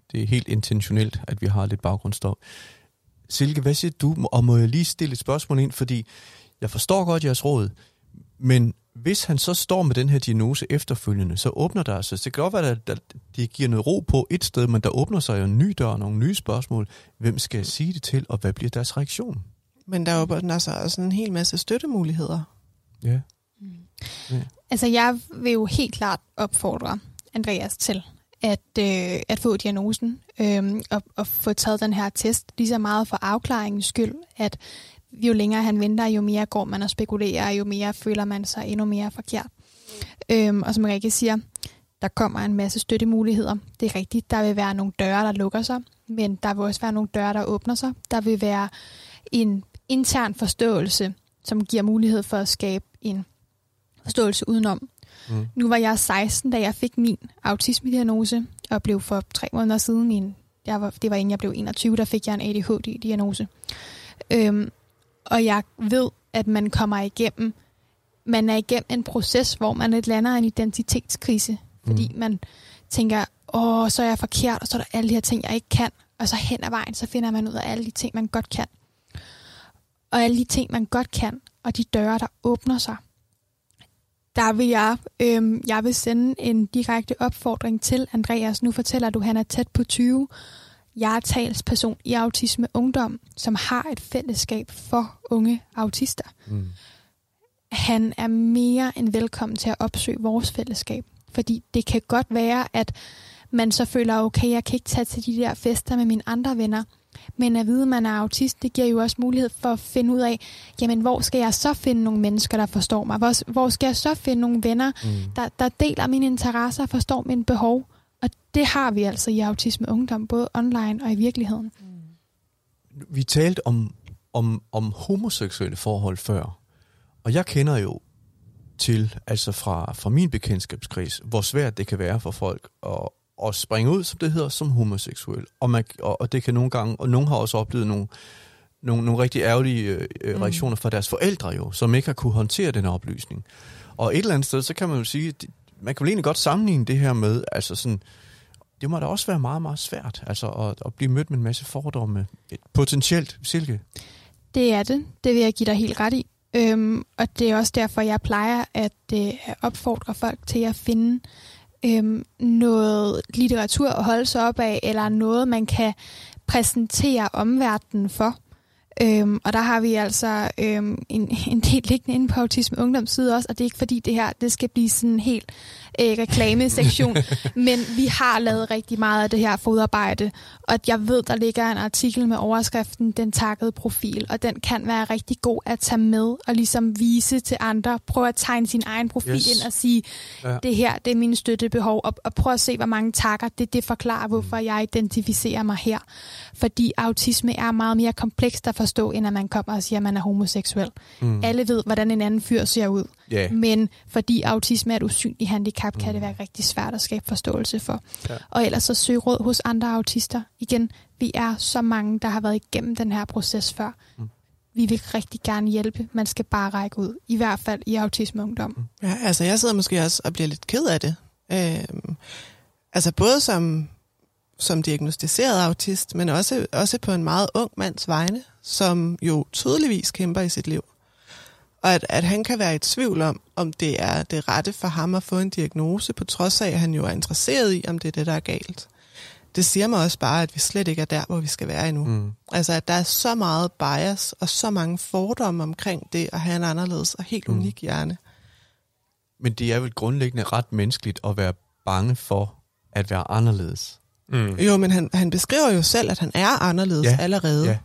Speaker 2: Det er helt intentionelt, at vi har lidt baggrundsstøj. Silke, hvad siger du? Og må jeg lige stille et spørgsmål ind, fordi jeg forstår godt jeres råd, men hvis han så står med den her diagnose efterfølgende, så åbner der sig. Det kan godt være, at det giver noget ro på et sted, men der åbner sig jo en ny dør, nogle nye spørgsmål. Hvem skal jeg sige det til, og hvad bliver deres reaktion?
Speaker 5: Men der åbner sig også en hel masse støttemuligheder.
Speaker 2: Ja.
Speaker 3: Ja. Altså, jeg vil jo helt klart opfordre Andreas til at få diagnosen og få taget den her test lige så meget for afklaringens skyld, at jo længere han venter, jo mere går man og spekulerer, jo mere føler man sig endnu mere forkert. Og som Rikke siger, der kommer en masse støttemuligheder. Det er rigtigt, der vil være nogle døre, der lukker sig, men der vil også være nogle døre, der åbner sig. Der vil være en intern forståelse, som giver mulighed for at skabe en forståelse udenom. Nu var jeg 16, da jeg fik min autisme-diagnose, og blev for 3 måneder siden, det var inden jeg blev 21, der fik jeg en ADHD-diagnose. Og jeg ved, at man er igennem en proces, hvor man lidt lander en identitetskrise, fordi man tænker, så er jeg forkert, og så er der alle de her ting, jeg ikke kan, og så hen ad vejen, så finder man ud af alle de ting, man godt kan. Og alle de ting, man godt kan, og de døre, der åbner sig, der vil jeg vil sende en direkte opfordring til Andreas. Nu fortæller du, at han er tæt på 20. Jeg er talsperson i Autisme Ungdom, som har et fællesskab for unge autister. Han er mere end velkommen til at opsøge vores fællesskab. Fordi det kan godt være, at man så føler, okay, jeg kan ikke tage til de der fester med mine andre venner. Men at vide, at man er autist, det giver jo også mulighed for at finde ud af, jamen, hvor skal jeg så finde nogle mennesker, der forstår mig? Hvor skal jeg så finde nogle venner, der deler mine interesser og forstår mine behov? Og det har vi altså i Autisme Ungdom, både online og i virkeligheden.
Speaker 2: Vi talte om homoseksuelle forhold før, og jeg kender jo til, altså fra min bekendtskabskreds, hvor svært det kan være for folk at springe ud, som det hedder, som homoseksuel. Og det kan nogle gange, og nogle har også oplevet nogle rigtig ærgerlige reaktioner fra deres forældre jo, som ikke har kunne håndtere den oplysning. Og et eller andet sted, så kan man jo sige, man kan vel egentlig godt sammenligne det her med, altså sådan, det må da også være meget, meget svært, altså at blive mødt med en masse fordomme, potentielt, Silke. Det
Speaker 3: er det. Det vil jeg give dig helt ret i. Og det er også derfor, jeg plejer at opfordre folk til at finde noget litteratur at holde sig op af, eller noget, man kan præsentere omverdenen for. Og der har vi altså en del liggende inde på Autisme Ungdoms side også, og det er ikke fordi det her det skal blive sådan en helt reklamesektion, men vi har lavet rigtig meget af det her fodarbejde, og jeg ved, der ligger en artikel med overskriften Den takkede profil, og den kan være rigtig god at tage med og ligesom vise til andre. Prøv at tegne sin egen profil ind og sige, det her, det er mine støttebehov, og prøv at se, hvor mange takker. Det forklarer, hvorfor jeg identificerer mig her. Fordi autisme er meget mere komplekst at forstå, end at man kommer og siger, at man er homoseksuel. Alle ved, hvordan en anden fyr ser ud. Men fordi autisme er et usynligt handicap, kan det være rigtig svært at skabe forståelse for. Og ellers så søg råd hos andre autister. Igen, vi er så mange, der har været igennem den her proces før. Vi vil rigtig gerne hjælpe. Man skal bare række ud. I hvert fald i Autisme Ungdom.
Speaker 5: Ja, altså jeg sidder måske også og bliver lidt ked af det. Altså både som diagnostiseret autist, men også på en meget ung mands vegne, som jo tydeligvis kæmper i sit liv. Og at han kan være i tvivl om det er det rette for ham at få en diagnose, på trods af, at han jo er interesseret i, om det er det, der er galt. Det siger mig også bare, at vi slet ikke er der, hvor vi skal være endnu. Altså, at der er så meget bias og så mange fordomme omkring det at have en anderledes og helt unik hjerne.
Speaker 2: Men det er vel grundlæggende ret menneskeligt at være bange for at være anderledes.
Speaker 5: Jo, men han beskriver jo selv, at han er anderledes allerede.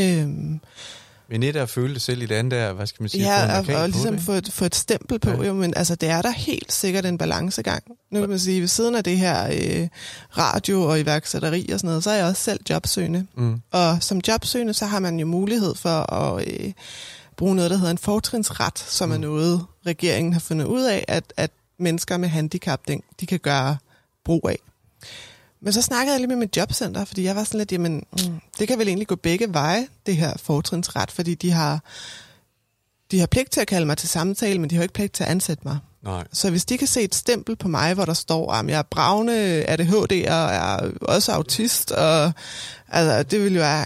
Speaker 2: Men et er at føle det selv, i det andet er, hvad skal man sige,
Speaker 5: og ligesom få et stempel på. Jo, men altså, det er der helt sikkert en balancegang. Nu kan man sige, ved siden af det her radio og iværksætteri og sådan noget, så er jeg også selv jobsøgende. Og som jobsøgende, så har man jo mulighed for at bruge noget, der hedder en fortrinsret, som er noget, regeringen har fundet ud af, at mennesker med handicap, de kan gøre brug af. Men så snakkede jeg lige med mit jobcenter, fordi jeg var sådan lidt, jamen, det kan vel egentlig gå begge veje, det her fortrinsret, fordi de har pligt til at kalde mig til samtale, men de har ikke pligt til at ansætte mig.
Speaker 2: Nej.
Speaker 5: Så hvis de kan se et stempel på mig, hvor der står, at jeg er bravende ADHD og er også autist, og altså, det vil jo være...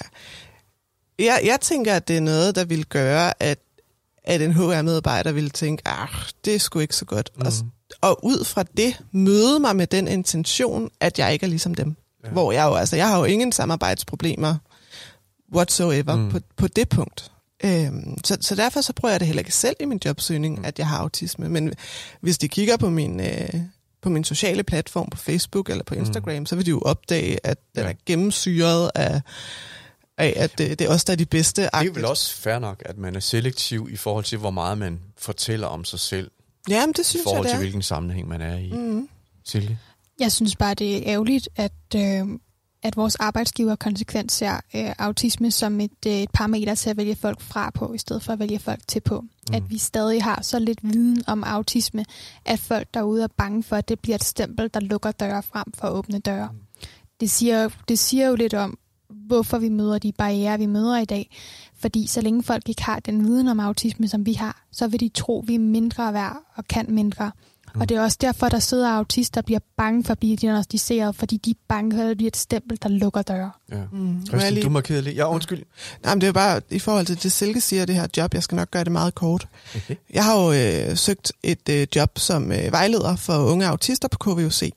Speaker 5: Jeg tænker, at det er noget, der vil gøre, at en HR-medarbejder ville tænke, det er sgu ikke så godt. Og ud fra det, møde mig med den intention, at jeg ikke er ligesom dem. Ja. Hvor jeg har jo ingen samarbejdsproblemer whatsoever på det punkt. Så derfor så prøver jeg det heller ikke selv i min jobsøgning, at jeg har autisme. Men hvis de kigger på min sociale platform på Facebook eller på Instagram, så vil de jo opdage, at den er gennemsyret af at det er også der er de bedste.
Speaker 2: Det er vel også fair nok, at man er selektiv i forhold til, hvor meget man fortæller om sig selv.
Speaker 5: Jamen, det synes jeg, det er.
Speaker 2: I forhold til, hvilken sammenhæng man er i. Silke?
Speaker 3: Jeg synes bare, det er ærgerligt, at vores arbejdsgiver konsekvent ser autisme som et parameter til at vælge folk fra på, i stedet for at vælge folk til på. At vi stadig har så lidt viden om autisme, at folk derude er bange for, at det bliver et stempel, der lukker døre frem for at åbne døre. Det siger jo lidt om, hvorfor vi møder de barrierer, vi møder i dag. Fordi så længe folk ikke har den viden om autisme, som vi har, så vil de tro, vi er mindre værd og kan mindre. Og det er også derfor, der sidder autister, der bliver bange for at blive diagnosticeret, fordi de er bange for, at det bliver et stempel, der lukker døre.
Speaker 2: Ja. Christian, du markerede lidt. Ja, undskyld.
Speaker 5: Nej, men det er bare i forhold til det, Silke siger, det her job. Jeg skal nok gøre det meget kort. Okay. Jeg har jo søgt et job som vejleder for unge autister på KVUC.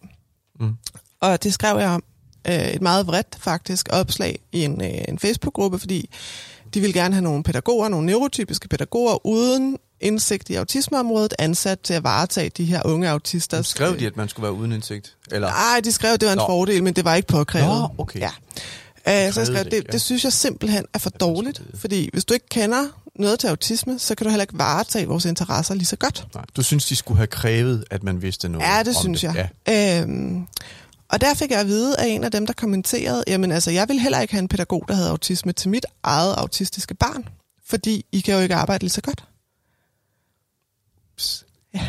Speaker 5: Og det skrev jeg om et meget vredt faktisk opslag i en Facebook-gruppe, fordi de ville gerne have nogle pædagoger, nogle neurotypiske pædagoger uden indsigt i autismeområdet, ansat til at varetage de her unge autister.
Speaker 2: Skrev de, at man skulle være uden indsigt? Eller?
Speaker 5: Nej, de skrev, at det var en fordel, men det var ikke påkrævet.
Speaker 2: Nå, okay.
Speaker 5: Ja. Så jeg skrev, det synes jeg simpelthen er for dårligt, fordi hvis du ikke kender noget til autisme, så kan du heller ikke varetage vores interesser lige så godt.
Speaker 2: Nej. Du synes, de skulle have krævet, at man vidste noget?
Speaker 5: Ja, det synes jeg. Ja. Og der fik jeg at vide af en af dem, der kommenterede, jamen altså, jeg vil heller ikke have en pædagog, der havde autisme til mit eget autistiske barn, fordi I kan jo ikke arbejde lige så godt. Ja.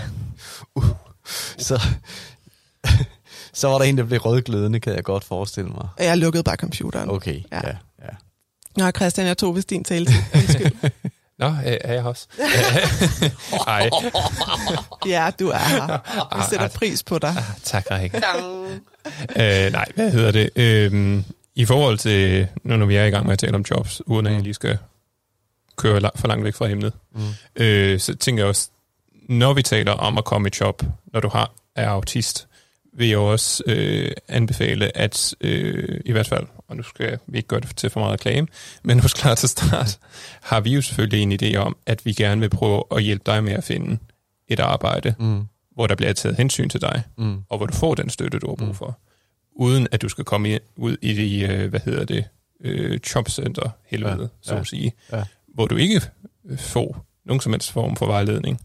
Speaker 2: Så var der en, der blev rødglødende, kan jeg godt forestille mig.
Speaker 5: Jeg lukkede bare computeren.
Speaker 2: Okay, ja.
Speaker 5: Nå, Christian, jeg tog vist din taletid. Undskyld.
Speaker 4: Nå, er jeg også? Hej.
Speaker 5: Ja, du er her. Vi sætter pris på dig.
Speaker 4: Tak, Rikke. Nej, hvad hedder det? I forhold til, nu når vi er i gang med at tale om jobs, uden at jeg lige skal køre for langt væk fra emnet, så tænker jeg også, når vi taler om at komme i job, når du er autist, vil jeg også anbefale, at i hvert fald, og nu skal vi ikke gøre det til for meget reklame, men hos Klar til Start har vi jo selvfølgelig en idé om, at vi gerne vil prøve at hjælpe dig med at finde et arbejde, hvor der bliver taget hensyn til dig, og hvor du får den støtte, du har brug for, uden at du skal komme ud i de, jobcenter helvede, så at sige, hvor du ikke får nogen som helst form for vejledning.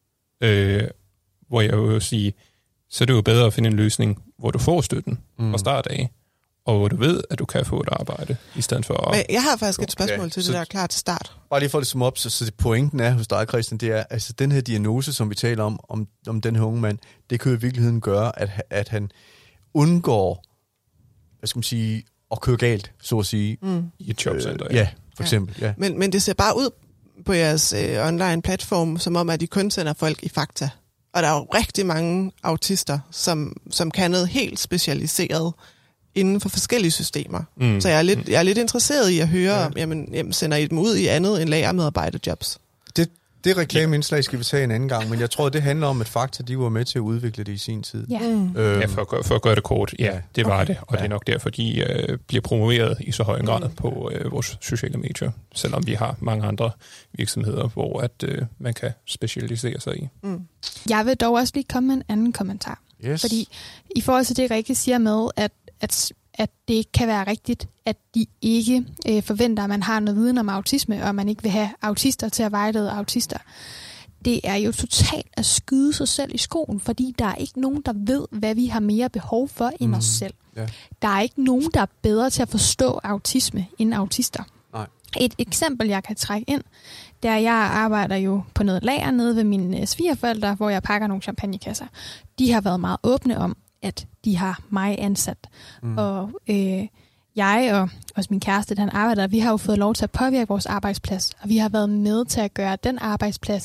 Speaker 4: Hvor jeg vil sige, så er det jo bedre at finde en løsning, hvor du får støtten fra start af, og hvor du ved, at du kan få et arbejde, i stedet for at...
Speaker 5: Men jeg har faktisk et spørgsmål til det, der er klar til start.
Speaker 2: Bare lige for det som op, så pointen er hos dig, Christian, det er, altså den her diagnose, som vi taler om den her unge mand, det kan jo i virkeligheden gøre, at han undgår, hvad skal man sige, at køre galt, så at sige.
Speaker 4: I et jobcenter,
Speaker 2: ja, for eksempel. Ja.
Speaker 5: Men det ser bare ud på jeres online platform, som om, at de kun sender folk i fakta. Og der er jo rigtig mange autister, som kan noget helt specialiseret inden for forskellige systemer. Så jeg er lidt interesseret i at høre, jamen sender I dem ud i andet end lagermedarbejderjobs?
Speaker 2: Det reklameindslag skal vi tage en anden gang, men jeg tror, det handler om, at Fakta, de var med til at udvikle det i sin tid.
Speaker 3: Ja,
Speaker 4: for at gøre det kort, det var det, og det er nok derfor, de bliver promoveret i så høj en grad på vores sociale medier, selvom vi har mange andre virksomheder, hvor at man kan specialisere sig i.
Speaker 3: Jeg vil dog også lige komme med en anden kommentar.
Speaker 2: Yes.
Speaker 3: Fordi i forhold til det, Rikke siger med, at det ikke kan være rigtigt, at de ikke forventer, at man har noget viden om autisme, og man ikke vil have autister til at vejlede autister. Det er jo totalt at skyde sig selv i skoen, fordi der er ikke nogen, der ved, hvad vi har mere behov for end os selv. Yeah. Der er ikke nogen, der er bedre til at forstå autisme end autister.
Speaker 2: Nej.
Speaker 3: Et eksempel, jeg kan trække ind, det er, jeg arbejder jo på noget lager nede ved mine svigerforældre, hvor jeg pakker nogle champagnekasser. De har været meget åbne om, at de har mig ansat. Og jeg og også min kæreste, han arbejder, vi har jo fået lov til at påvirke vores arbejdsplads, og vi har været med til at gøre den arbejdsplads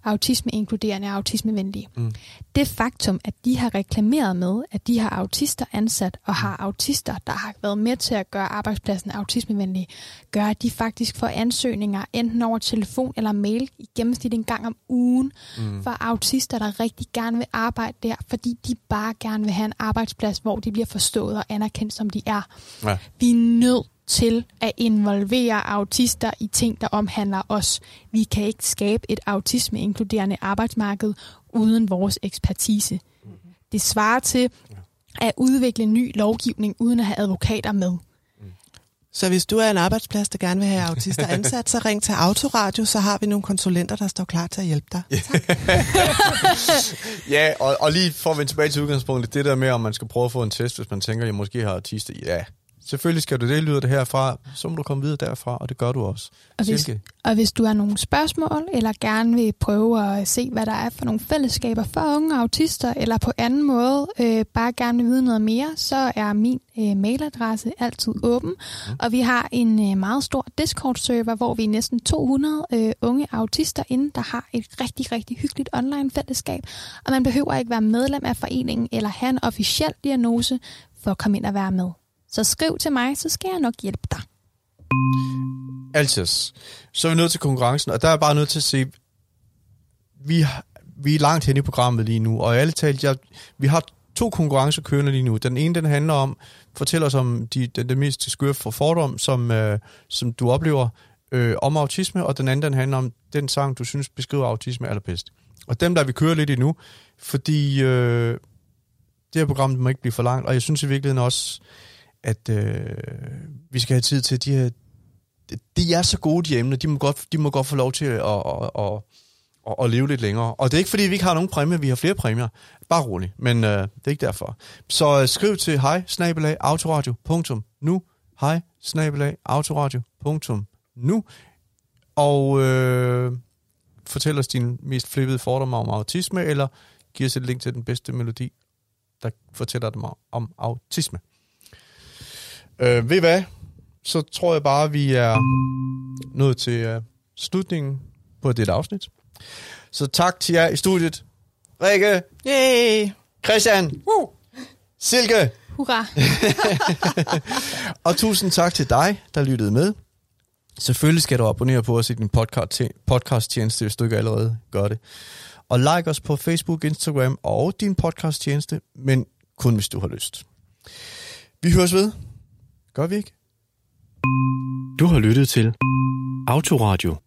Speaker 3: autisme-inkluderende og autismevenlige. Det faktum, at de har reklameret med, at de har autister ansat og har autister, der har været med til at gøre arbejdspladsen autismevenlig, gør, at de faktisk får ansøgninger enten over telefon eller mail i gennemsnit en gang om ugen for autister, der rigtig gerne vil arbejde der, fordi de bare gerne vil have en arbejdsplads, hvor de bliver forstået og anerkendt, som de er. Ja. Vi er nødt til at involvere autister i ting, der omhandler os. Vi kan ikke skabe et autisme-inkluderende arbejdsmarked uden vores ekspertise. Det svarer til at udvikle ny lovgivning uden at have advokater med.
Speaker 5: Så hvis du er en arbejdsplads, der gerne vil have autister ansat, så ring til Autoradio, så har vi nogle konsulenter, der står klar til at hjælpe dig.
Speaker 2: Ja, og lige for at vende tilbage til udgangspunktet, det der med, om man skal prøve at få en test, hvis man tænker, at jeg måske har autister. Ja, selvfølgelig skal du det, lyder det herfra, så må du komme videre derfra, og det gør du også.
Speaker 3: Og hvis du har nogle spørgsmål, eller gerne vil prøve at se, hvad der er for nogle fællesskaber for unge autister, eller på anden måde bare gerne vil vide noget mere, så er min mailadresse altid åben. Og vi har en meget stor Discord-server, hvor vi er næsten 200 unge autister inde, der har et rigtig, rigtig hyggeligt online-fællesskab. Og man behøver ikke være medlem af foreningen, eller have en officiel diagnose for at komme ind og være med. Så skriv til mig, så skal jeg nok hjælpe dig.
Speaker 2: Altid. Så er vi nødt til konkurrencen, og der er bare nødt til at se, vi er langt hen i programmet lige nu, og ærligt talt, vi har 2 konkurrencer kørende lige nu. Den ene, den handler om, fortæl os om den mest skøre fordom, som du oplever om autisme, og den anden, den handler om den sang, du synes beskriver autisme allerbedst. Og dem, der vi kører lidt endnu, fordi det her program må ikke blive for langt, og jeg synes i virkeligheden også, at vi skal have tid til de er så gode, de emner, de må godt få lov til at leve lidt længere. Og det er ikke, fordi vi ikke har nogen præmier, vi har flere præmier. Bare roligt, men det er ikke derfor. Så skriv til hej@autoradio.nu, hej@autoradio.nu, og fortæl os din mest flippede fordomme om autisme, eller giv os et link til den bedste melodi, der fortæller dem om autisme. Ved I hvad? Så tror jeg bare, vi er nået til slutningen på dette afsnit. Så tak til jer i studiet. Rikke.
Speaker 5: Yay.
Speaker 2: Christian. Silke.
Speaker 3: Hurra.
Speaker 2: Og tusind tak til dig, der lyttede med. Selvfølgelig skal du abonnere på os i din podcast-tjeneste, hvis du ikke allerede gør det. Og like os på Facebook, Instagram og din podcast-tjeneste, men kun hvis du har lyst. Vi høres ved. Gør vi ikke?
Speaker 1: Du har lyttet til Autoradio.